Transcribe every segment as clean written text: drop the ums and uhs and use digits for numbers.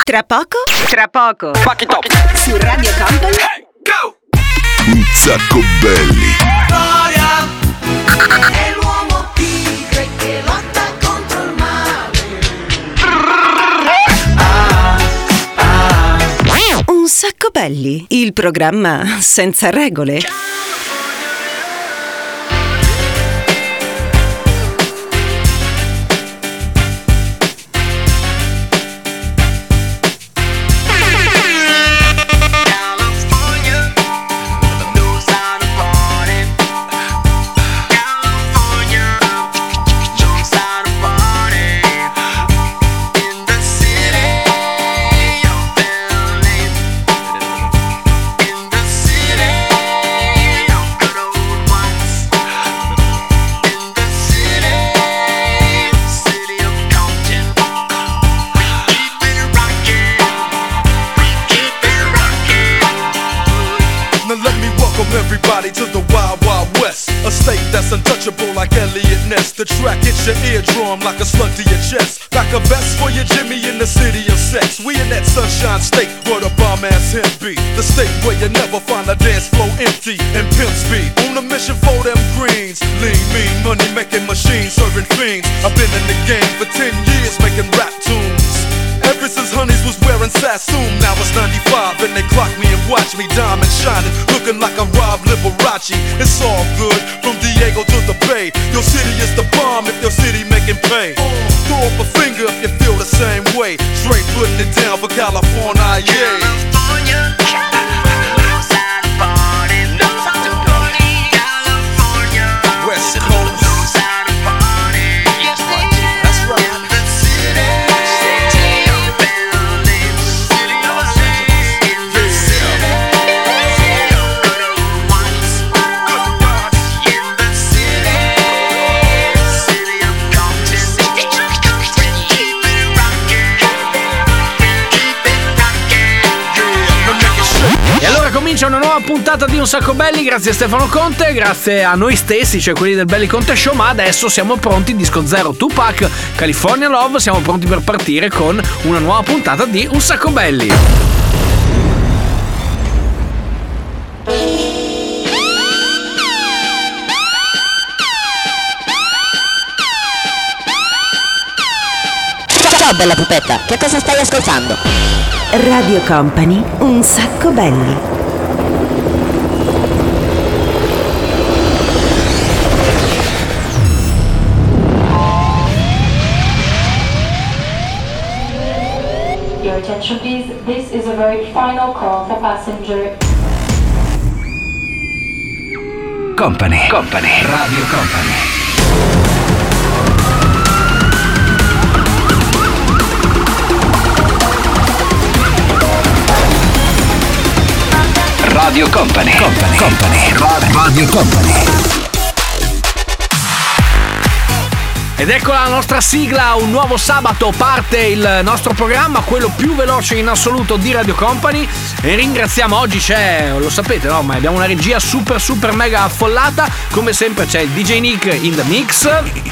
Tra poco Fuck it up. su Radio Company. Hey, go! Un sacco belli. È l'uomo tigre che lotta contro il male. Un sacco belli, il programma senza regole. Everybody to the Wild Wild West, a state that's untouchable like Elliot Ness. The track hits your eardrum like a slug to your chest. Back a vest for your Jimmy in the city of sex. We in that sunshine state where the bomb ass him be. The state where you never find a dance floor empty and pimp speed. On a mission for them greens. Lean, mean, money making machines, serving fiends. I've been in the game for 10 years making rap tunes. Ever since Honeys was wearing Sassoon, now it's 95 and they clock me and watch me diamond shining, looking like I'm Rob Liberace. It's all good, from Diego to the Bay. Your city is the bomb if your city making pay. Throw up a finger if you feel the same way. Straight putting it down for California, yeah. West Coast. Comincia una nuova puntata di Un Sacco Belli, grazie a Stefano Conte, grazie a noi stessi, cioè quelli del Belli Conte Show, ma adesso siamo pronti, Disco Zero, Tupac, California Love, siamo pronti per partire con una nuova puntata di Un Sacco Belli. Ciao bella pupetta, che cosa stai ascoltando? Radio Company, Un Sacco Belli. Your attention please, this is a very final call for passenger. Company, Radio Company. Radio Company. Radio Company. Ed eccola la nostra sigla, un nuovo sabato parte il nostro programma, quello più veloce in assoluto di Radio Company, e ringraziamo, oggi c'è, lo sapete no, ma abbiamo una regia super mega affollata, come sempre c'è il DJ Nick in the mix.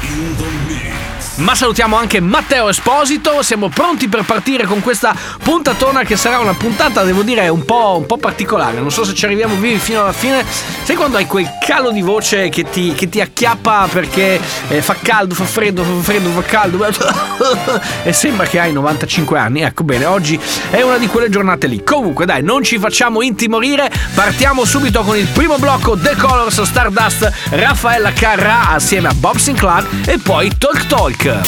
Ma salutiamo anche Matteo Esposito, siamo pronti per partire con questa puntatona che sarà una puntata, devo dire, un po' particolare. Non so se ci arriviamo vivi fino alla fine. Sai quando hai quel calo di voce che ti acchiappa perché fa caldo, fa freddo, fa caldo e sembra che hai 95 anni? Ecco, bene, oggi è una di quelle giornate lì. Comunque dai, non ci facciamo intimorire, partiamo subito con il primo blocco, The Colors, Stardust, Raffaella Carrà assieme a Bob Sinclair e poi Talk Talk. Un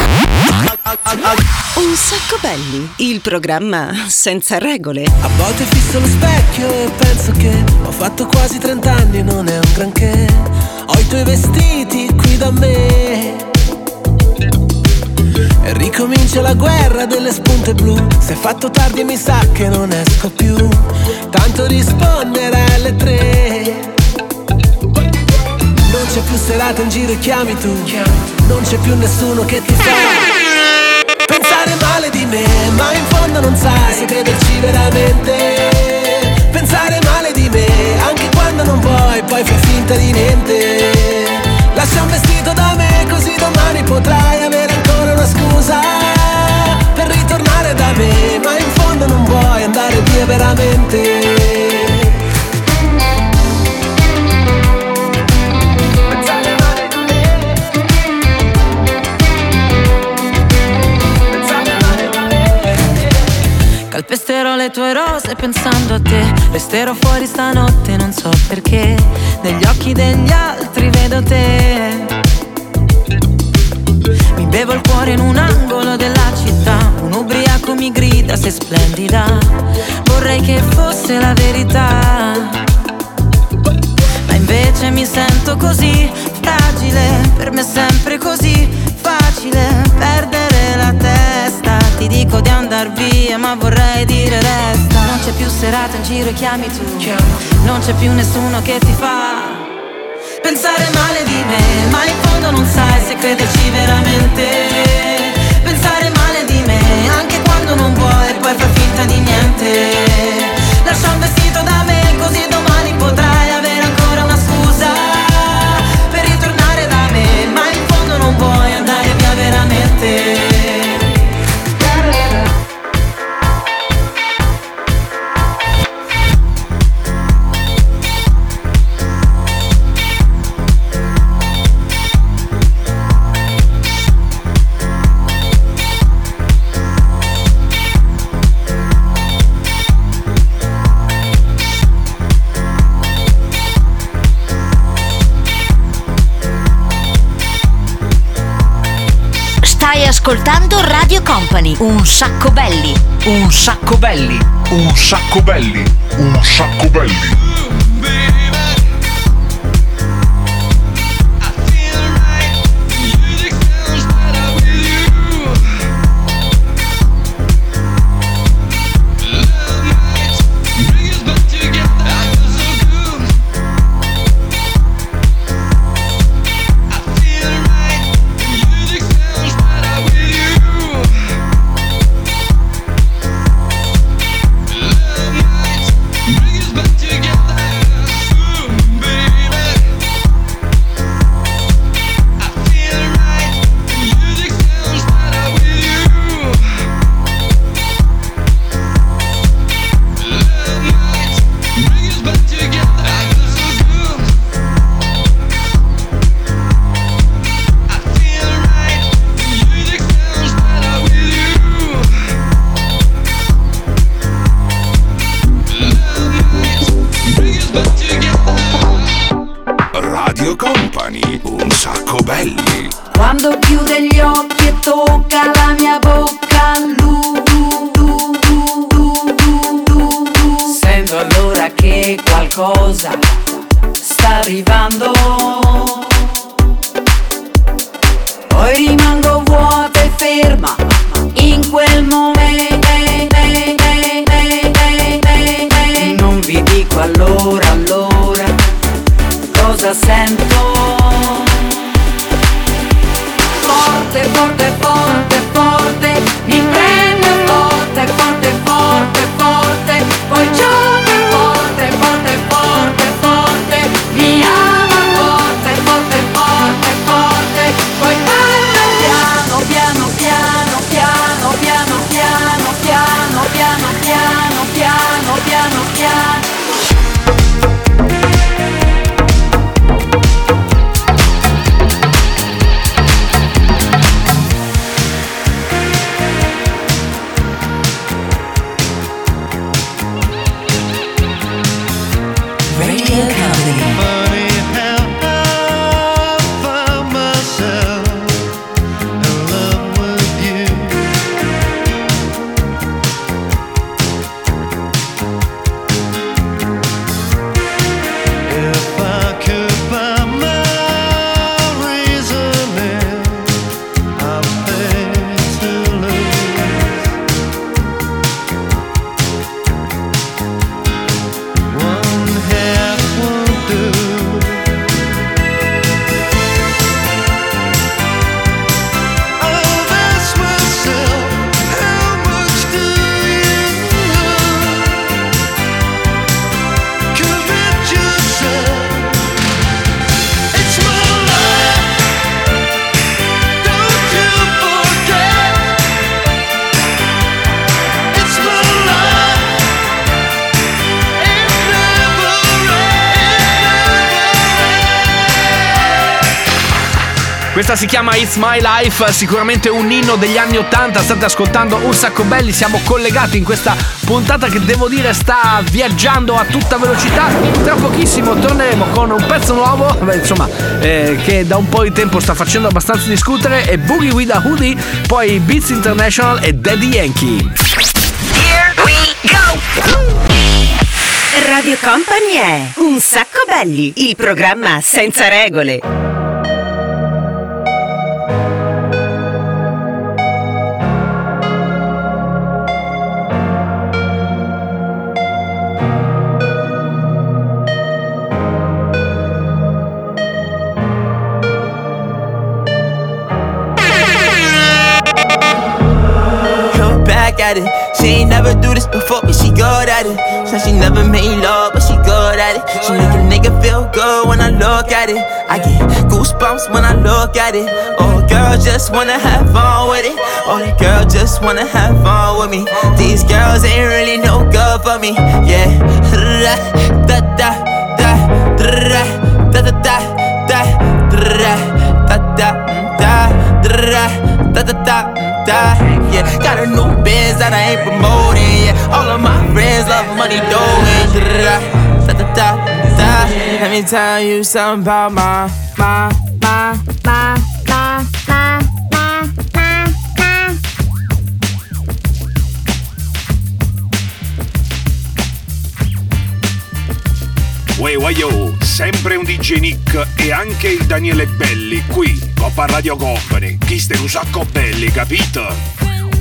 Sacco Belli, il programma senza regole. A volte fisso lo specchio e penso che ho fatto quasi 30 anni, non è un granché. Ho i tuoi vestiti qui da me e ricomincia la guerra delle spunte blu. Se è fatto tardi mi sa che non esco più, tanto rispondere alle 3. Non c'è più serata in giro e chiami tu, non c'è più nessuno che ti fa pensare male di me, ma in fondo non sai se crederci veramente. Pensare male di me, anche quando non vuoi, poi fai finta di niente. Lascia un vestito da me, così domani potrai avere ancora una scusa per ritornare da me, ma in Calpesterò le tue rose pensando a te. Resterò fuori stanotte, non so perché. Negli occhi degli altri vedo te. Mi bevo il cuore in un angolo della città. Un ubriaco mi grida, sei splendida. Vorrei che fosse la verità, ma invece mi sento così fragile. Per me è sempre così facile perdere la testa. Ti dico di andar via, ma vorrei dire resta. Non c'è più serata in giro e chiami tu. Non c'è più nessuno che ti fa pensare male di me, ma in fondo non sai se crederci veramente. Pensare male di me anche quando non vuoi e poi far finta di niente. Lascia un vestito da me così domani potrai avere ancora una scusa per ritornare da me, ma in fondo non vuoi andare via veramente. Stai ascoltando Radio Company, un sacco belli. Un sacco belli. Un sacco belli. Un sacco belli. Radio Company, un sacco belli. Quando chiude gli occhi e tocca la mia bocca, sento allora che qualcosa sta arrivando. Poi rimango vuota e ferma in quel momento. Non vi dico allora cosa sento. Forte, forte, forte, forte, mi prende forte, forte, forte, forte, poi gioca forte, forte, forte, forte, mi ama Questa si chiama It's My Life, sicuramente un inno degli anni 80. State ascoltando Un Sacco Belli, siamo collegati in questa puntata che devo dire sta viaggiando a tutta velocità. Tra pochissimo torneremo con un pezzo nuovo, che da un po' di tempo sta facendo abbastanza discutere, è Boogie with a Hoodie, poi Beats International e Daddy Yankee. Here we go! Radio Company è Un Sacco Belli, il programma senza regole. At it. She ain't never do this before, but she good at it. Said she never made love, but she good at it. She make a nigga feel good when I look at it. I get goosebumps when I look at it. Oh, girl, just wanna have fun with it. Oh, the girl just wanna have fun with me. These girls ain't really no good for me. Yeah. Da da da da da da da da da da da da. Yeah, got a new biz that I ain't promoting. Yeah, all of my friends love money doing. Let me tell you something about my. Yo, sempre un DJ Nick e anche il Daniele Belli qui, Coppa Radio Company. Chi ste un sacco belli, capito?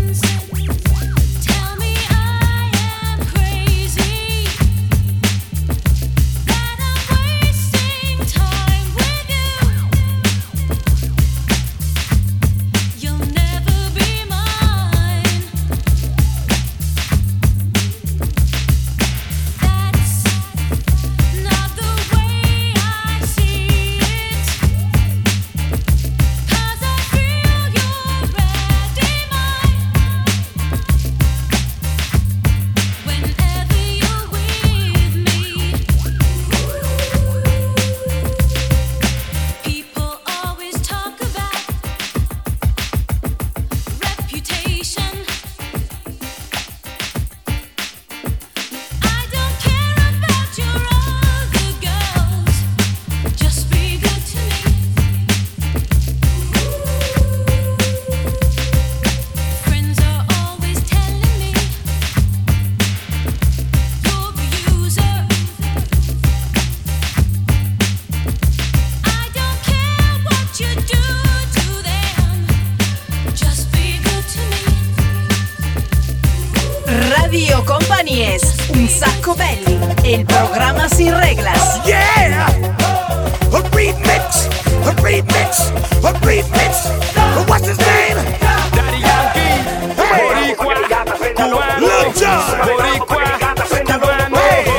Radio Company es Un Sacco Belli, el programa sin reglas. Yeah! A remix! A remix! A remix! What's his name? Daddy Yankee, Boricua, Cubano, Lil Jon, Boricua, Cubano,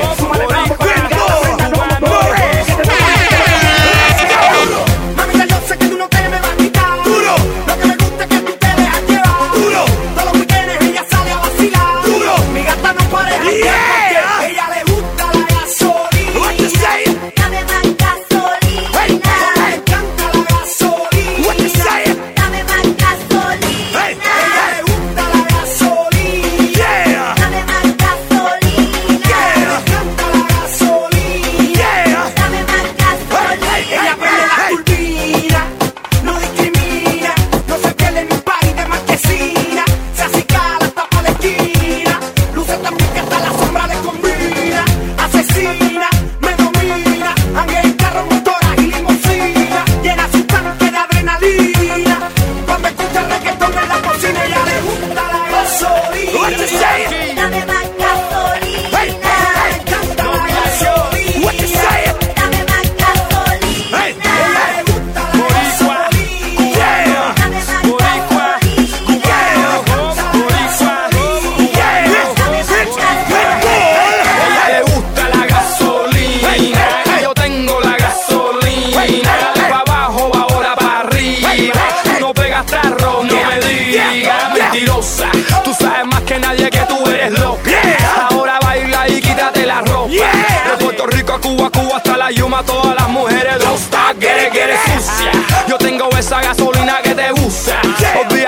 Mami, ya yo sé que tú no te me vas a quitar. Duro. Lo que me gusta es que tú te dejas llevar. Duro. Todos los weekends ella sale a vacilar. Duro. Mi gata no para de janguear porque ella le gusta la gasolina. What you say? Dame más gasolina. Hey, me encanta la gasolina. What you say? Dame más gasolina. Hey, ella le gusta la gasolina. Yeah. Dame más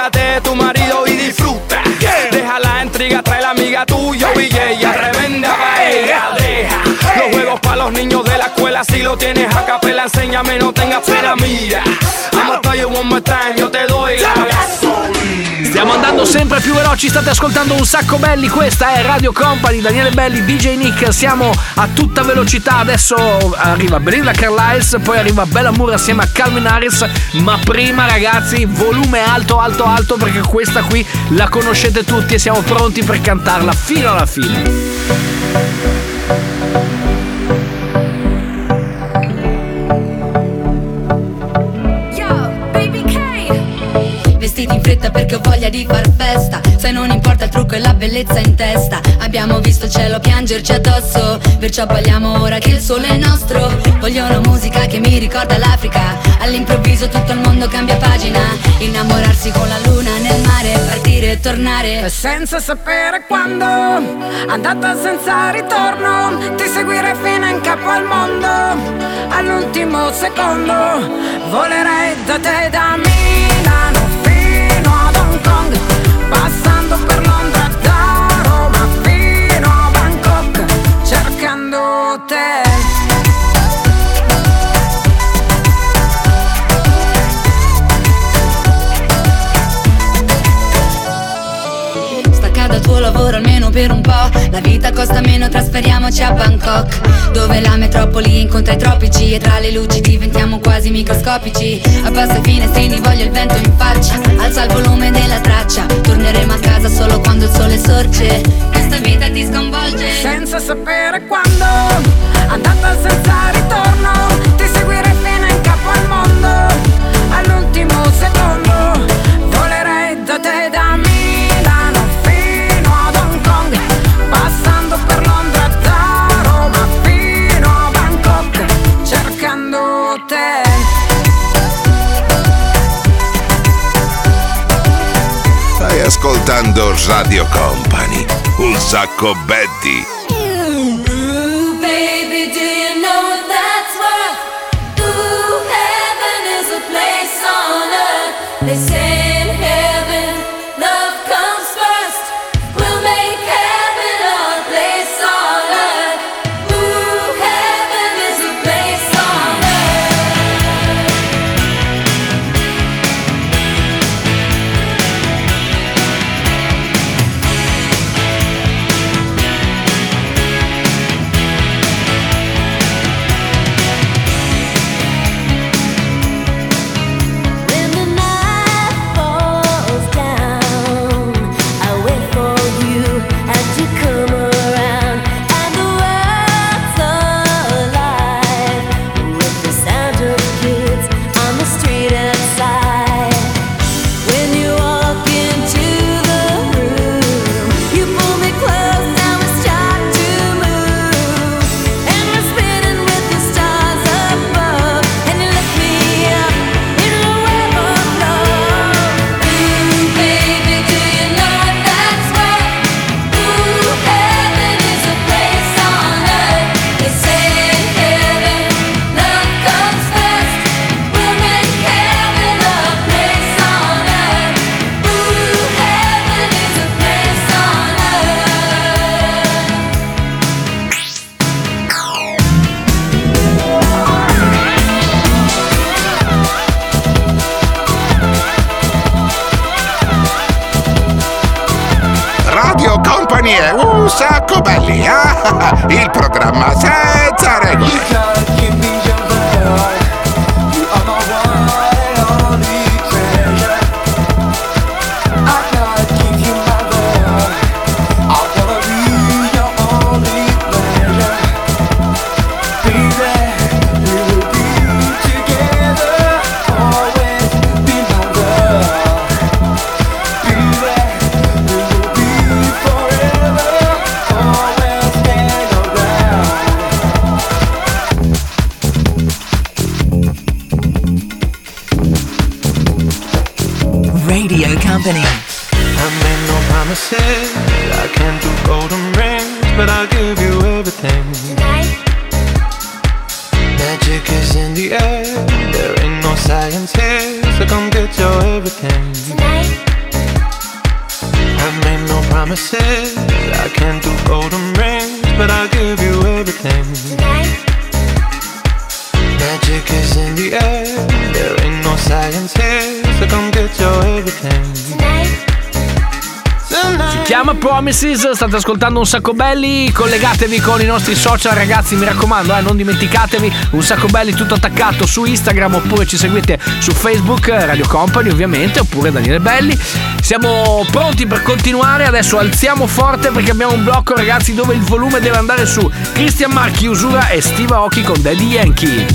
Olvídate de tu marido y disfruta. Deja la intriga, trae la amiga tuya y ella tremenda paella. Deja los juegos para los niños de la escuela. Si lo tienes a capela, enséñame, no tengas pena. Mira, I'ma tell you one more time, yo te doy la gasolina. Stiamo andando sempre più veloci, state ascoltando Un Sacco Belli, questa è Radio Company, Daniele Belli, DJ Nick, siamo a tutta velocità, adesso arriva Belinda Carlisle, poi arriva Bella Moore assieme a Calvin Harris, ma prima ragazzi volume alto alto alto perché questa qui la conoscete tutti e siamo pronti per cantarla fino alla fine. Vestiti in fretta perché ho voglia di far festa. Se non importa il trucco e la bellezza in testa. Abbiamo visto il cielo piangerci addosso, perciò balliamo ora che il sole è nostro. Voglio una musica che mi ricorda l'Africa. All'improvviso tutto il mondo cambia pagina. Innamorarsi con la luna nel mare, partire e tornare senza sapere quando, andata senza ritorno. Ti seguirei fino in capo al mondo. All'ultimo secondo volerei da te, da Milano fino ad Hong Kong, passando per Londra, da Roma fino a Bangkok, cercando te. Dal tuo lavoro almeno per un po', la vita costa meno, trasferiamoci a Bangkok, dove la metropoli incontra i tropici e tra le luci diventiamo quasi microscopici. Abbassa i finestrini, voglio il vento in faccia, alza il volume della traccia, torneremo a casa solo quando il sole sorge, questa vita ti sconvolge. Senza sapere quando, andata senza ritorno, ti seguirei fino in capo al mondo. All'ultimo secondo volerei da te, da Milano fino ad Hong Kong, passando per Londra, da Roma fino a Bangkok, cercando te. Stai ascoltando Radio Company, Un Sacco Belli. Baby, do you know that's what heaven is a place on earth? They say in heaven love comes first. We'll make heaven a place on earth. Ooh, heaven is a place on When the night falls down, I wait for you and you come around, and the world's alive with the sound of kids on the street outside. When you walk into the room, you pull me close and we start to move, and we're spinning with the stars above, and you lift me up in a web of love. Baby, do you know that's what heaven is a place on earth? They say in heaven love comes first. We'll make heaven a place on earth. Heaven is a place on Radio Company è Un Sacco Belli, il programma senza regole. says I can't do golden rings, but I'll give you everything. Magic is in the air, there ain't no science here, so come get your everything. Si chiama Promises, state ascoltando Un Sacco Belli, collegatevi con i nostri social ragazzi, mi raccomando, non dimenticatevi, Un Sacco Belli tutto attaccato su Instagram, oppure ci seguite su Facebook, Radio Company ovviamente, oppure Daniele Belli. Siamo pronti per continuare, adesso alziamo forte perché abbiamo un blocco ragazzi dove il volume deve andare su. Christian Marchi, Usura e Steve Aoki con Daddy Yankee.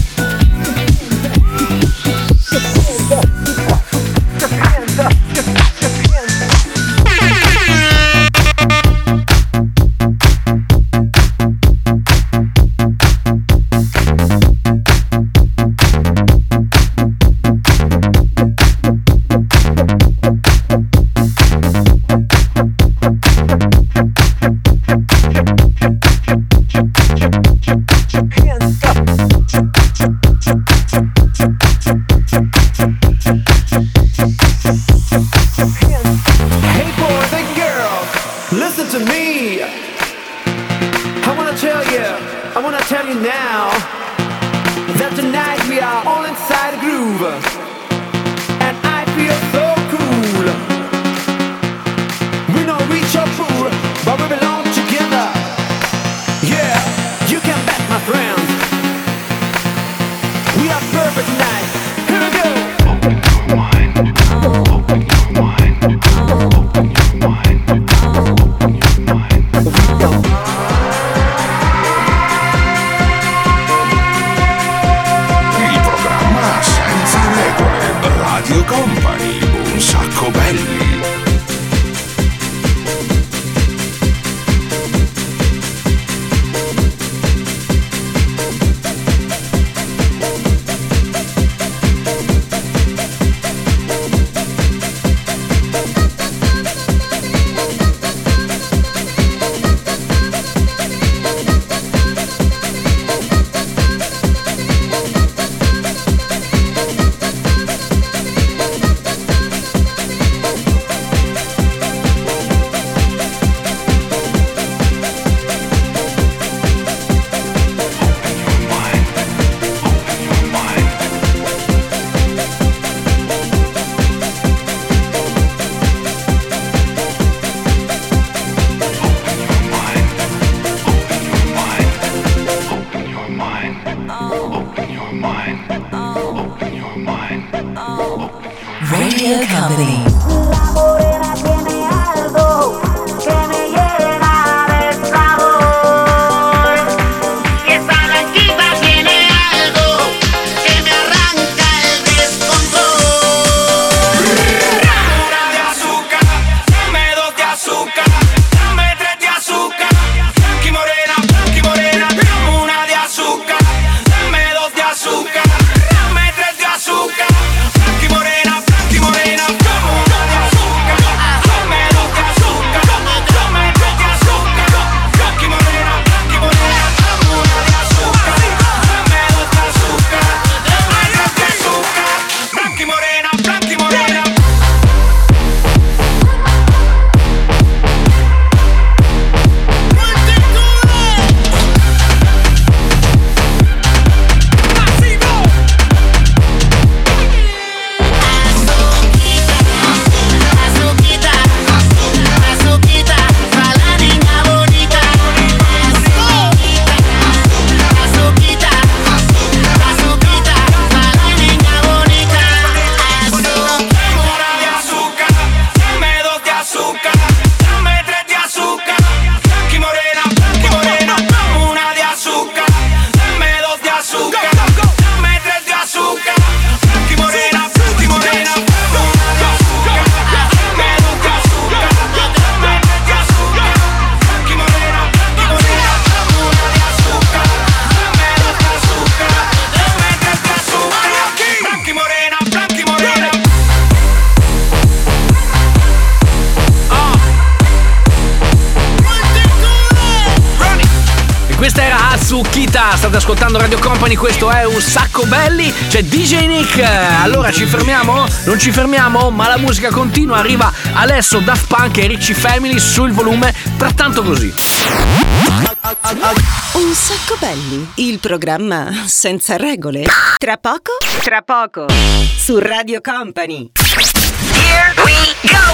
Radio Company. Kita, state ascoltando Radio Company, questo è Un Sacco Belli, c'è DJ Nick. Allora ci fermiamo? Non ci fermiamo, ma la musica continua, arriva Alesso, Daft Punk e Ricci Family sul volume Trattanto Così. Un sacco belli, il programma senza regole. Tra poco su Radio Company. Here we go!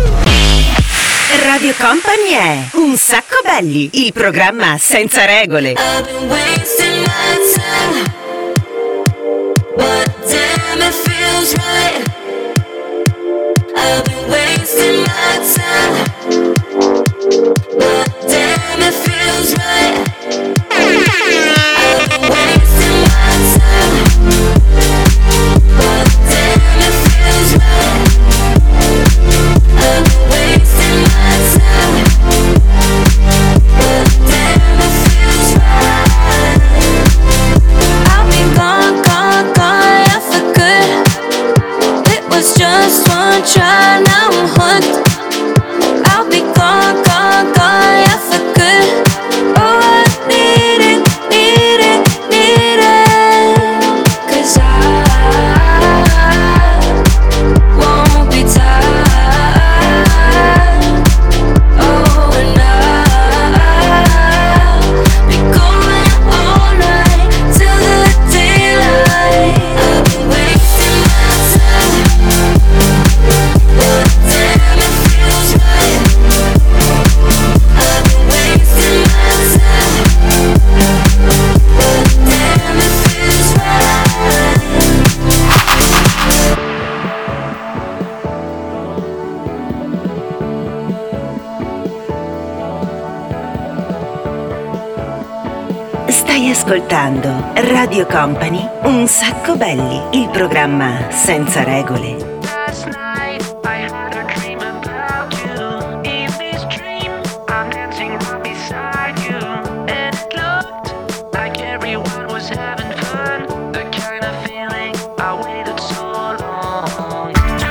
Radio Company è Un sacco belli, il programma senza regole. I've been wasting my time, but damn it feels right. I've been wasting my time, but damn it feels right. I've been wasting my time, but damn it feels right. I've been wasting my time, but damn it feels right. I'll be gone, gone, gone, yeah, for good. It was just one try, now I'm hooked. I'll be gone, gone, gone, yeah, for good. Oh, I need it, need it, need it. 'Cause I won't be tired. Oh, and I'll be going all night till the daylight. I've been wasting my time, but damn it feels right. I've been wasting my time, but damn it feels right. Stai ascoltando Radio Company, Un sacco belli, il programma senza regole. Last night I had a dream about you. In this dream I'm dancing right beside you, and it looked like everyone was having fun. The kind of feeling I waited so long.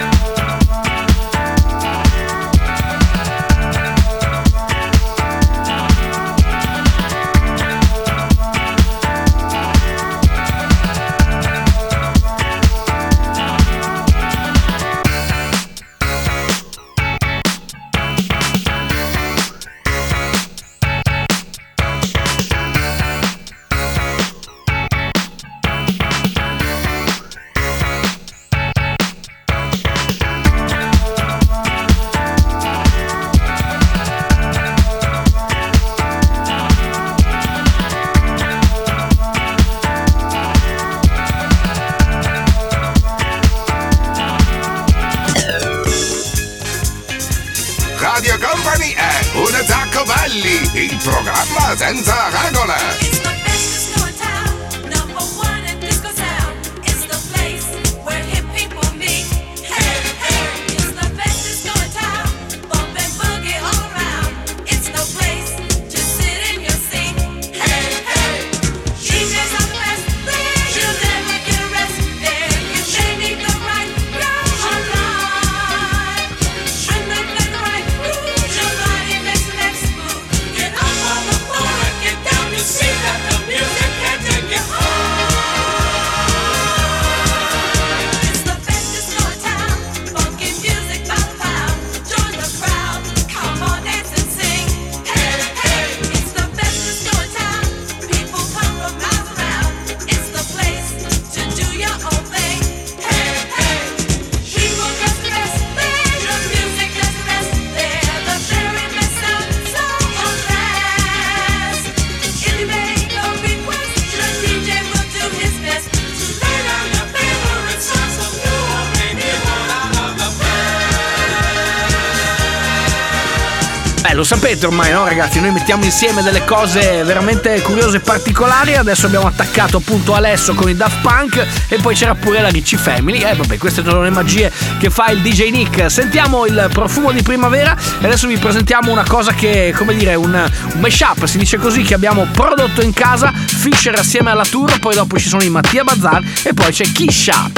Radio Company è Un sacco belli, il programma senza regole. Lo sapete ormai, no ragazzi? Noi mettiamo insieme delle cose veramente curiose e particolari. Adesso abbiamo attaccato appunto Alesso con i Daft Punk e poi c'era pure la Ricci Family. Vabbè, queste sono le magie che fa il DJ Nick. Sentiamo il profumo di primavera e adesso vi presentiamo una cosa che, come dire, un mashup, si dice così, che abbiamo prodotto in casa. Fisher assieme alla Tour, poi dopo ci sono i Mattia Bazar e poi c'è Kisha.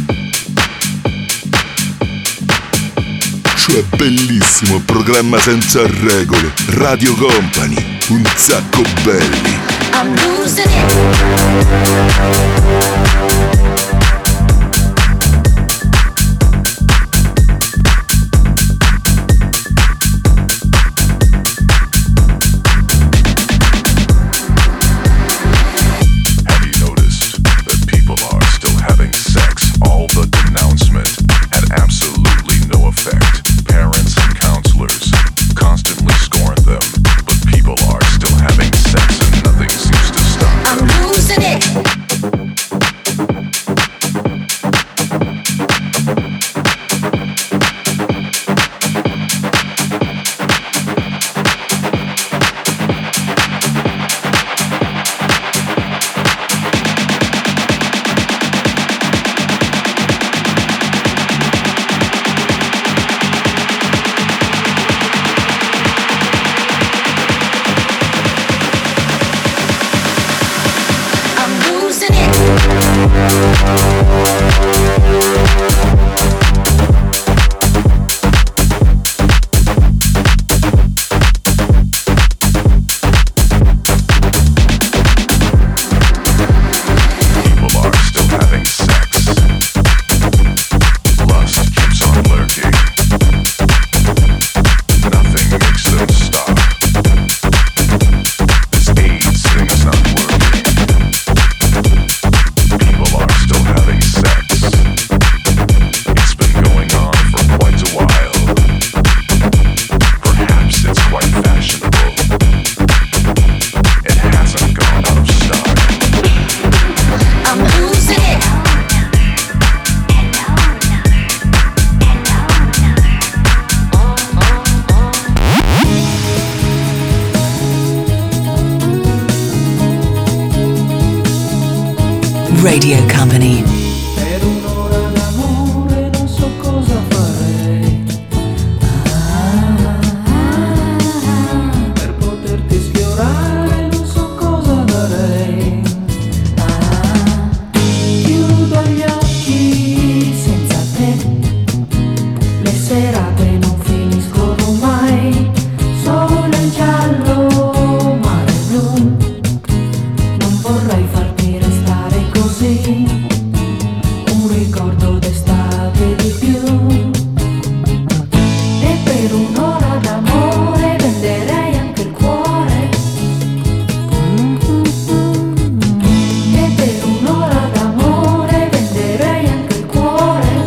È bellissimo il programma senza regole. Radio Company, un sacco belli. I'm losing it. Radio Company. Per un'ora d'amore non so cosa farei. Per poterti sfiorare non so cosa darei. Chiudo gli occhi senza te, le serate non finiscono mai. Sole in giallo, mare blu, non vorrei farti restare così. Un ricordo d'estate di più. E per un'ora d'amore venderei anche il cuore. E per un'ora d'amore venderei anche il cuore.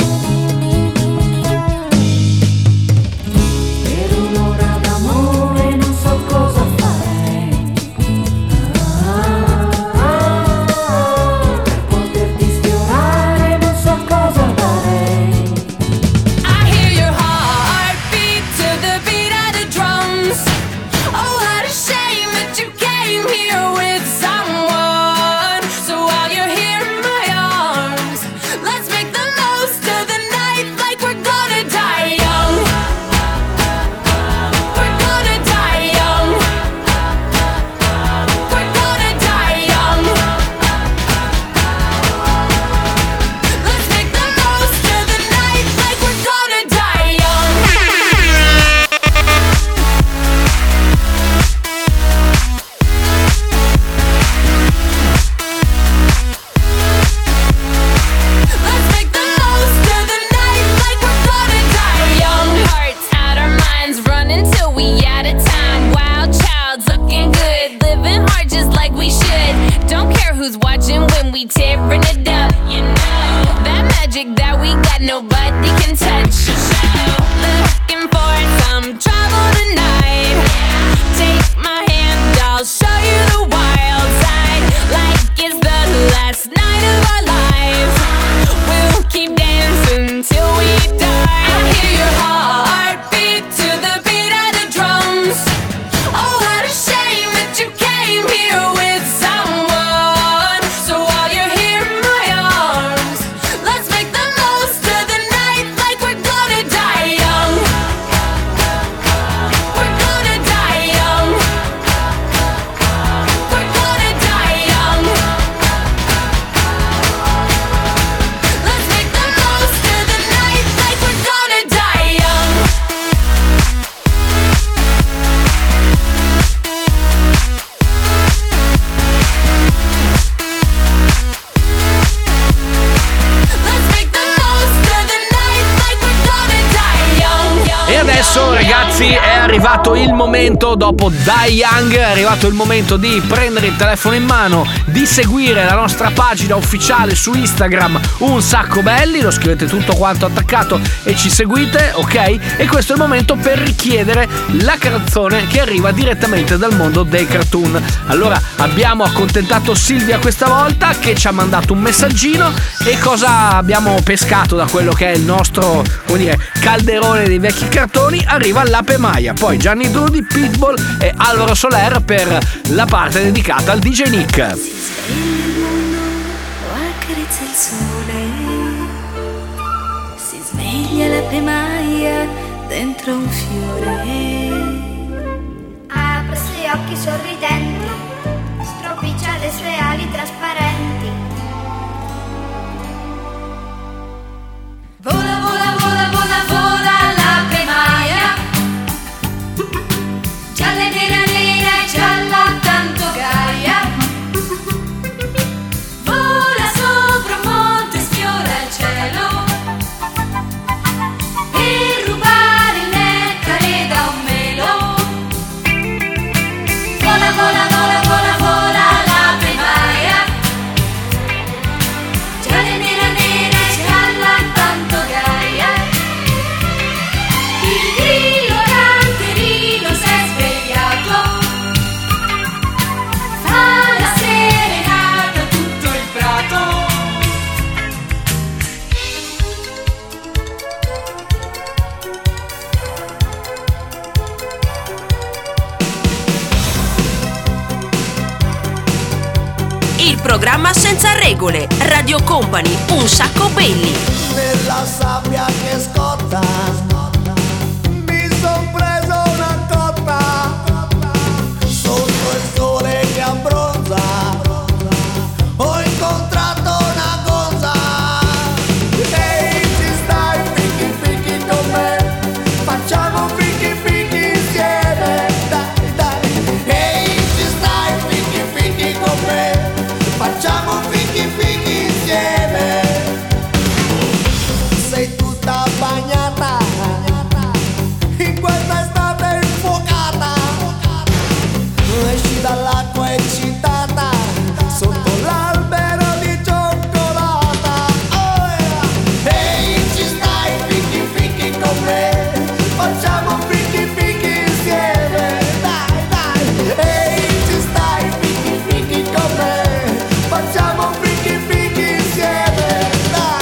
Per un'ora d'amore non so cosa farei. Per poterti sfiorare non so cosa darei. I hear your heartbeat to the beat of the drums. Oh, what a shame that you came here with someone. So while you're here in my arms, let's make the most of the night like we're gonna die young. We're gonna die young. We're gonna die young. Let's make the most of the night like we're gonna die young. Let's make the most of the night like we're gonna die young. Hearts out our minds, running till we out of time. Wild child's looking good, living hard just like we should. Don't care who's watching when we tearing it up. You know that magic that we got, nobody can touch. Looking for some trouble tonight. Take my hand, I'll show you the wild side. Like it's the last night of our lives. We'll keep dancing till we die. I hear your heartbeat to the beat of the drums. Oh, what a shame that you came here with someone. So while you're here in my arms, let's make the most of the night like we're gonna die young. We're gonna die young. We're gonna die young. Let's make the most of the night like we're gonna die young. Let's make the most of the night like we're gonna die young. E adesso ragazzi è arrivato il momento, dopo Die Young, è arrivato il momento di prendere il telefono in mano, di seguire la nostra pagina ufficiale su Instagram Un Sacco Belli, lo scrivete tutto quanto attaccato e ci seguite, ok? E questo è il momento per richiedere la canzone che arriva direttamente dal mondo dei cartoon. Allora abbiamo accontentato Silvia questa volta, che ci ha mandato un messaggino, e cosa abbiamo pescato da quello che è il nostro, come dire, calderone dei vecchi cartoni. Arriva l'Ape Maia, poi Gianni Drudi, Pitbull e Alvaro Soler per la parte dedicata al DJ Nick. Accarezza il sole, si sveglia l'Ape Maia dentro un fiore. Apre i suoi occhi sorridenti, stropiccia le sue ali trasparenti. Vola, vola, vola, vola, vola l'Ape Maia, gialla e nera, nera e gialla tanto gaia. Vola sopra un monte, sfiora il cielo, per rubare il nettare da un melo. Vola, vola, programma senza regole. Radio Company, un sacco belli. Nella sabbia che scotta mi son preso una cotta, sotto il sole che abbronza ho incontrato una gonza. Ehi, ci stai picchi picchi con me, facciamo picchi picchi insieme, dai dai. Ehi, ci stai picchi picchi con me, facciamo picchi picchi insieme. Sei tutta bagnata in questa estate infuocata, esci dall'acqua eccitata sotto l'albero di cioccolata. Oh yeah. Ehi, ci stai picchi picchi con me, facciamo picchi picchi insieme, dai dai. Ehi, ci stai picchi picchi con me, facciamo picchi picchi insieme, dai.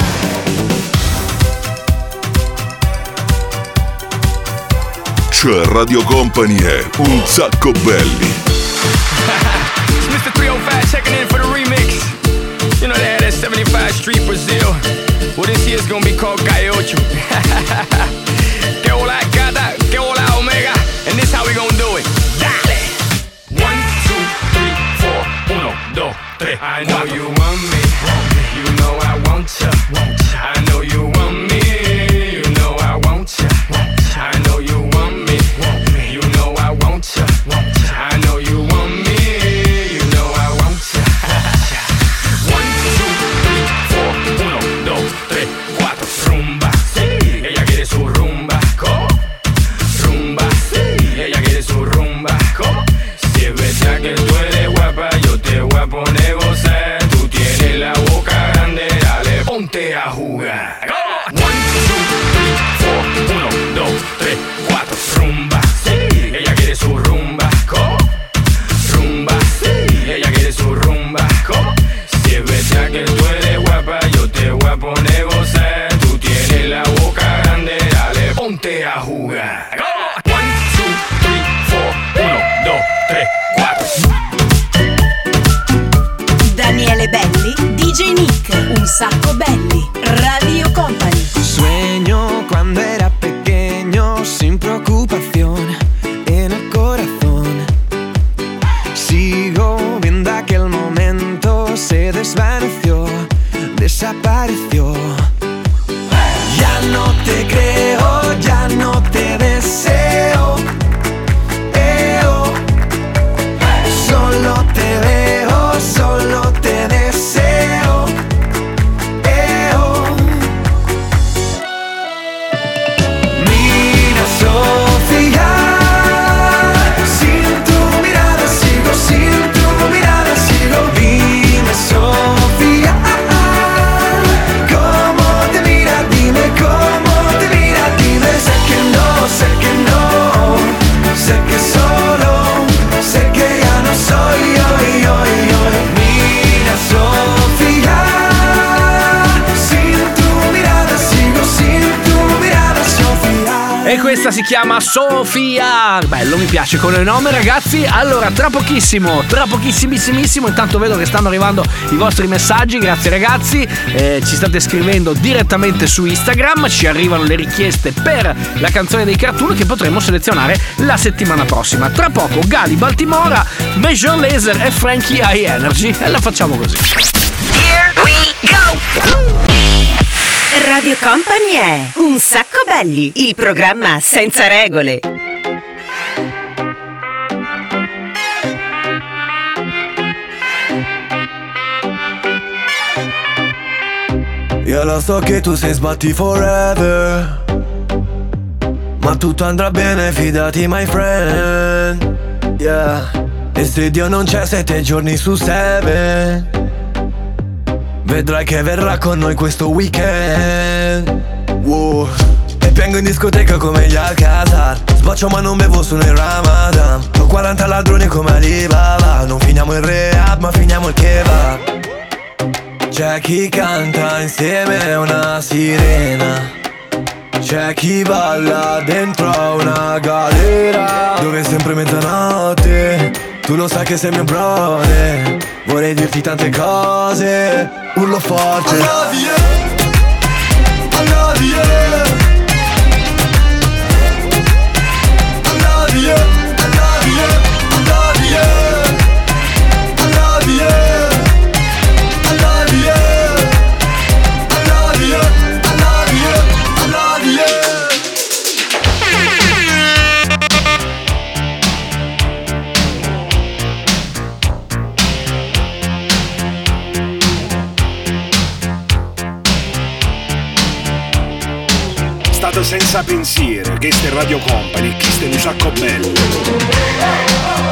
Cioè Radio Company è un sacco belli. It's Mr. 305 checking in for the remix. You know they had that 75 Street Brazil. Well, this year's gonna be called Calle Ocho. Que hola gata, que hola omega. And this how we gonna do it. Dale! 1, 2, 3, 4, 1, 2, 3. I know you want me. You know I want ya. I know you want me. You know I want ya. I know you want me. You know I want ya. I know you want me. You know I want ya. 1, 2, 3, 4, 1, 2, 3, 4. Rumba, sí, ella quiere su rumba. ¿Cómo? Rumba, sí, ella quiere su rumba. ¿Cómo? Si es verdad que tú eres guapa, yo te voy a poner a gozar. Tú tienes la boca grande, dale, ponte a jugar. 1, 2, 3, 4, 1, 2, 3, 4. Rumba, sí, ella quiere su rumba. ¿Cómo? Rumba, sí, ella quiere su rumba. ¿Cómo? Si es verdad que tú eres guapa, yo te voy a poner a gozar. Tú tienes la boca grande, dale, ponte a jugar. 1, 2, 3, 4, 1, 2, 3, 4. Daniele Belli, DJ Nick, un sacco belli. Radio Company. Sueño cuando era pequeño sin preocupación en el corazón. Sigo viendo aquel momento, se desvaneció, desapareció. Ya no te creo, ya no te deseo. Solo te veo, solo te deseo. Mira Sofía, sin tu mirada sigo, sin tu mirada sigo. Dime Sofía, cómo te mira, dime cómo te mira, dime. Sé que no, sé que no, sé que solo, sé que ya no soy yo. Mira Sofía, sin tu mirada sigo, sin tu mirada Sofía. E questa si chiama Sofia. Bello, mi piace come nome, ragazzi. Allora, tra pochissimissimo, intanto vedo che stanno arrivando i vostri messaggi. Grazie ragazzi, ci state scrivendo direttamente su Instagram. Ci arrivano le richieste per la canzone dei cartoon che potremo selezionare la settimana prossima. Tra poco Gali Baltimora, Major Lazer e Frankie High Energy. E la facciamo così. Here we go! Radio Company è un sacco belli, il programma senza regole. Io lo so che tu sei sbatti forever, ma tutto andrà bene, fidati my friend. Yeah. E se Dio non c'è 7 giorni su 7, vedrai che verrà con noi questo weekend. Wow. E piango in discoteca come gli Alcazar, sboccio ma non bevo solo in Ramadan. Ho 40 ladroni come Alibaba, non finiamo il rehab ma finiamo il kebab. C'è chi canta insieme a una sirena, c'è chi balla dentro a una galera dove è sempre mezzanotte Tu lo sai che sei mio brother, vorrei dirti tante cose, urlo forte. I love you, I love you, I love you, I love you, I love you, I love you, I love you, I love you, I love you, I love you. State senza pensiero, che ste Radio Company, chi ste un sacco bello.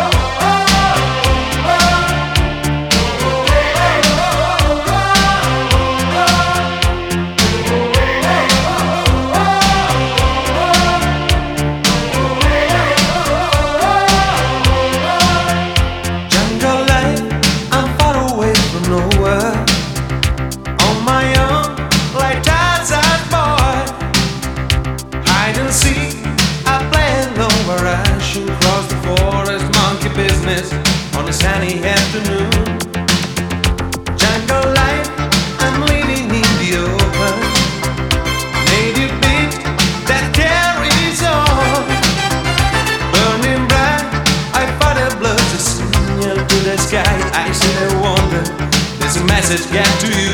Jungle life, I'm far away from nowhere, on my own, like Tarzan's boy. Hide and seek, I play alone where I should cross the forest, monkey business on a sunny afternoon. Jungle life, I'm living in the open, native beat that carries on. Burning bright, I fight a blood to signal to the sky. I see the wonder, there's a message get to you.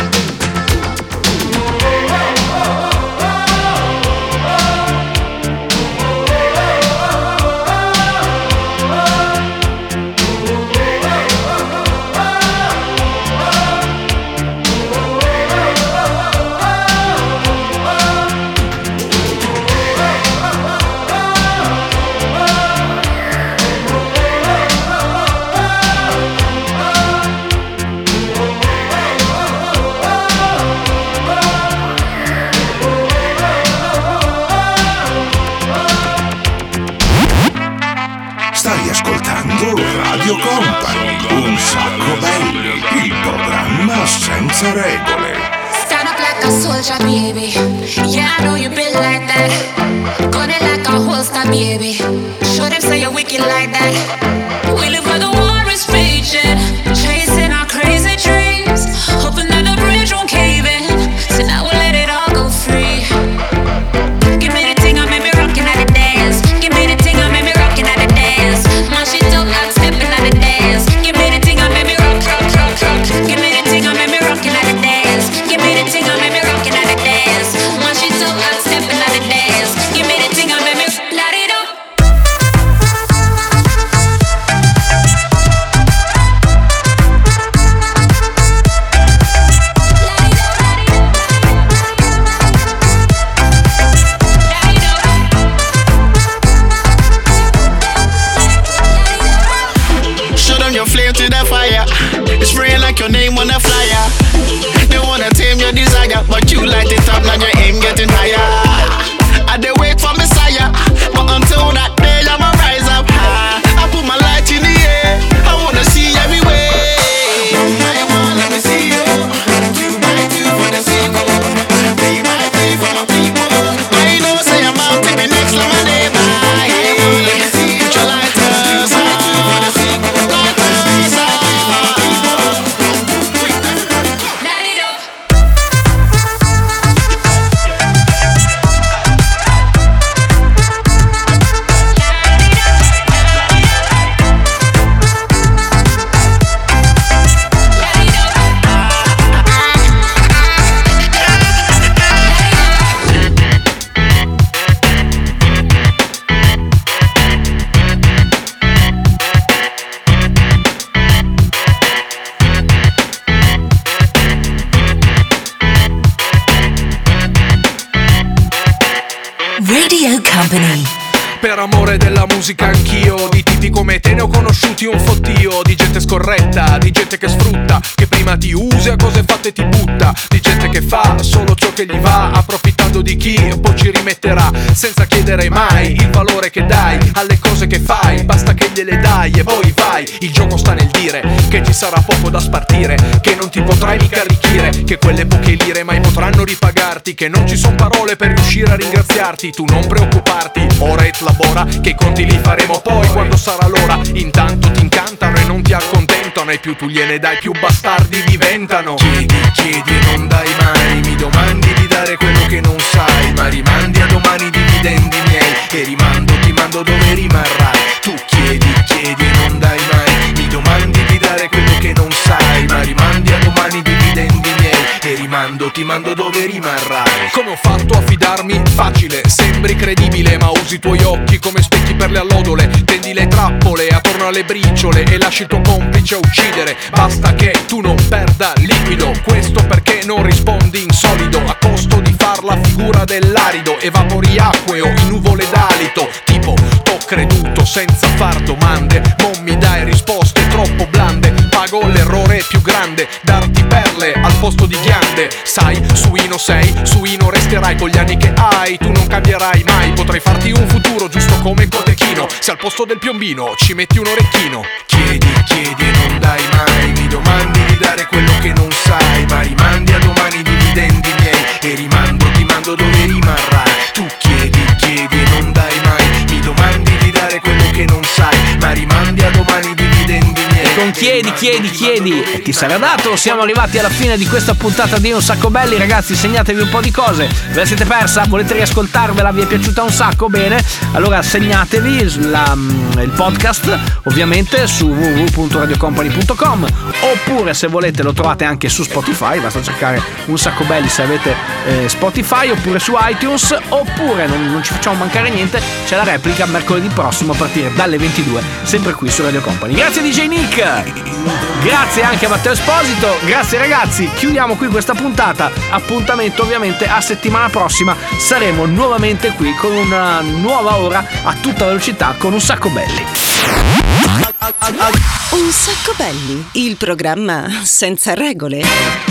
Stai ascoltando Radio Company, un sacco belli, il programma senza regole. Stand up like a soldier, baby. Yeah, I know you been like that. Gun it like a holster, baby. Show them say you're wicked like that. We live where the war is raging, chasing our crazy dreams, hoping that the bridge won't cave in. So now we'll let it all go free. Give me the thing, I made me rockin' at the dance. Give me the thing, I made me rockin' at the dance. My shit dope, not stepping at the dance. Give me the thing, I made me rock, rock, rock, rock. Give me the thing, I made me rockin' at the dance. Give me the thing, I made me rockin' at the dance. My shit dope, not stepping at the dance. Give me the thing, I made me light it up. Show them your flame to the fire. It's spraying like your name on a flyer. They wanna tame your desire, but you light it up, now your aim getting higher. I dey wait for Messiah, but until that day I'ma rise up high. I put my light in the air, I wanna see everywhere. One by one, let me see you. Two by two for the sequel. Three by three for my people. I know say I'm out to be next like my neighbor. Let me see you. Put your lighters on. Radio Company. Per amore della musica anch'io, di tipi come te ne ho conosciuti un fottio. Di gente scorretta, di gente che sfrutta, che prima ti usa, a cose fatte ti butta. Di gente che fa solo ciò che gli va, approfittando di chi poi ci rimetterà, senza chiedere mai il valore che dai alle cose che fai. Basta che gliele dai e poi vai. Il gioco sta nel dire che ci sarà poco da spartire, che non ti potrai mica arricchire, che quelle poche lire mai potranno ripagarti, che non ci son parole per riuscire a ringraziarti. Tu non preoccuparti, ora et labora, che i conti li faremo poi quando sarà l'ora. Intanto ti incantano e non ti accontentano, e più tu gliene dai più bastardi diventano. Chiedi, chiedi e non dai mai, mi domandi di dare quello che non sai, ma rimandi a domani i dividendi miei, e rimando, ti mando dove rimarrai. Tu chiedi, chiedi e non dai mai, mi domandi di dare quello che non sai, ma rimandi a domani i dividendi miei, e rimando, ti mando dove rimarrai. Come ho fatto a fidarmi? Facile, sembri credibile, ma usi i tuoi occhi come specchi per le allodole, tendi le trappole attorno alle briciole e lasci il tuo complice a uccidere. Basta che tu non perda liquido, questo perché non rispondi in solido, a costo di far la figura dell'arido. Evapori acqueo in nuvole d'alito, tipo t'ho creduto senza far domande, non mi dai risposte troppo blande. Pago l'errore più grande, darti perle al posto di ghiande. Sai, suino sei, suino resterai con gli anni che hai, tu non cambierai mai. Potrei farti un futuro giusto come Cotechino, se al posto del piombino ci metti un orecchino. Chiedi, chiedi e non dai mai, mi domandi di dare quello che non sai, ma rimandi a domani i dividendi miei, e rimando, ti mando dove rimarrai. Tu chiedi, chiedi e non dai mai, mi domandi di dare quello che non sai, ma rimandi a domani i dividendi miei. Con chiedi, chiedi, chiedi e ti sarà dato. Siamo arrivati alla fine di questa puntata di Un Sacco Belli. Ragazzi, segnatevi un po' di cose. Ve la siete persa? Volete riascoltarvela? Vi è piaciuta un sacco? Bene, allora segnatevi il podcast ovviamente su www.radiocompany.com, oppure se volete lo trovate anche su Spotify, basta cercare Un Sacco Belli se avete Spotify, oppure su iTunes, oppure non ci facciamo mancare niente, c'è la replica mercoledì prossimo a partire dalle 22 sempre qui su Radio Company. Grazie DJ Nick, grazie anche a Matteo Esposito, grazie ragazzi, chiudiamo qui questa puntata. Appuntamento ovviamente a settimana prossima, saremo nuovamente qui con una nuova ora a tutta velocità con Un Sacco Belli. Un Sacco Belli, il programma senza regole.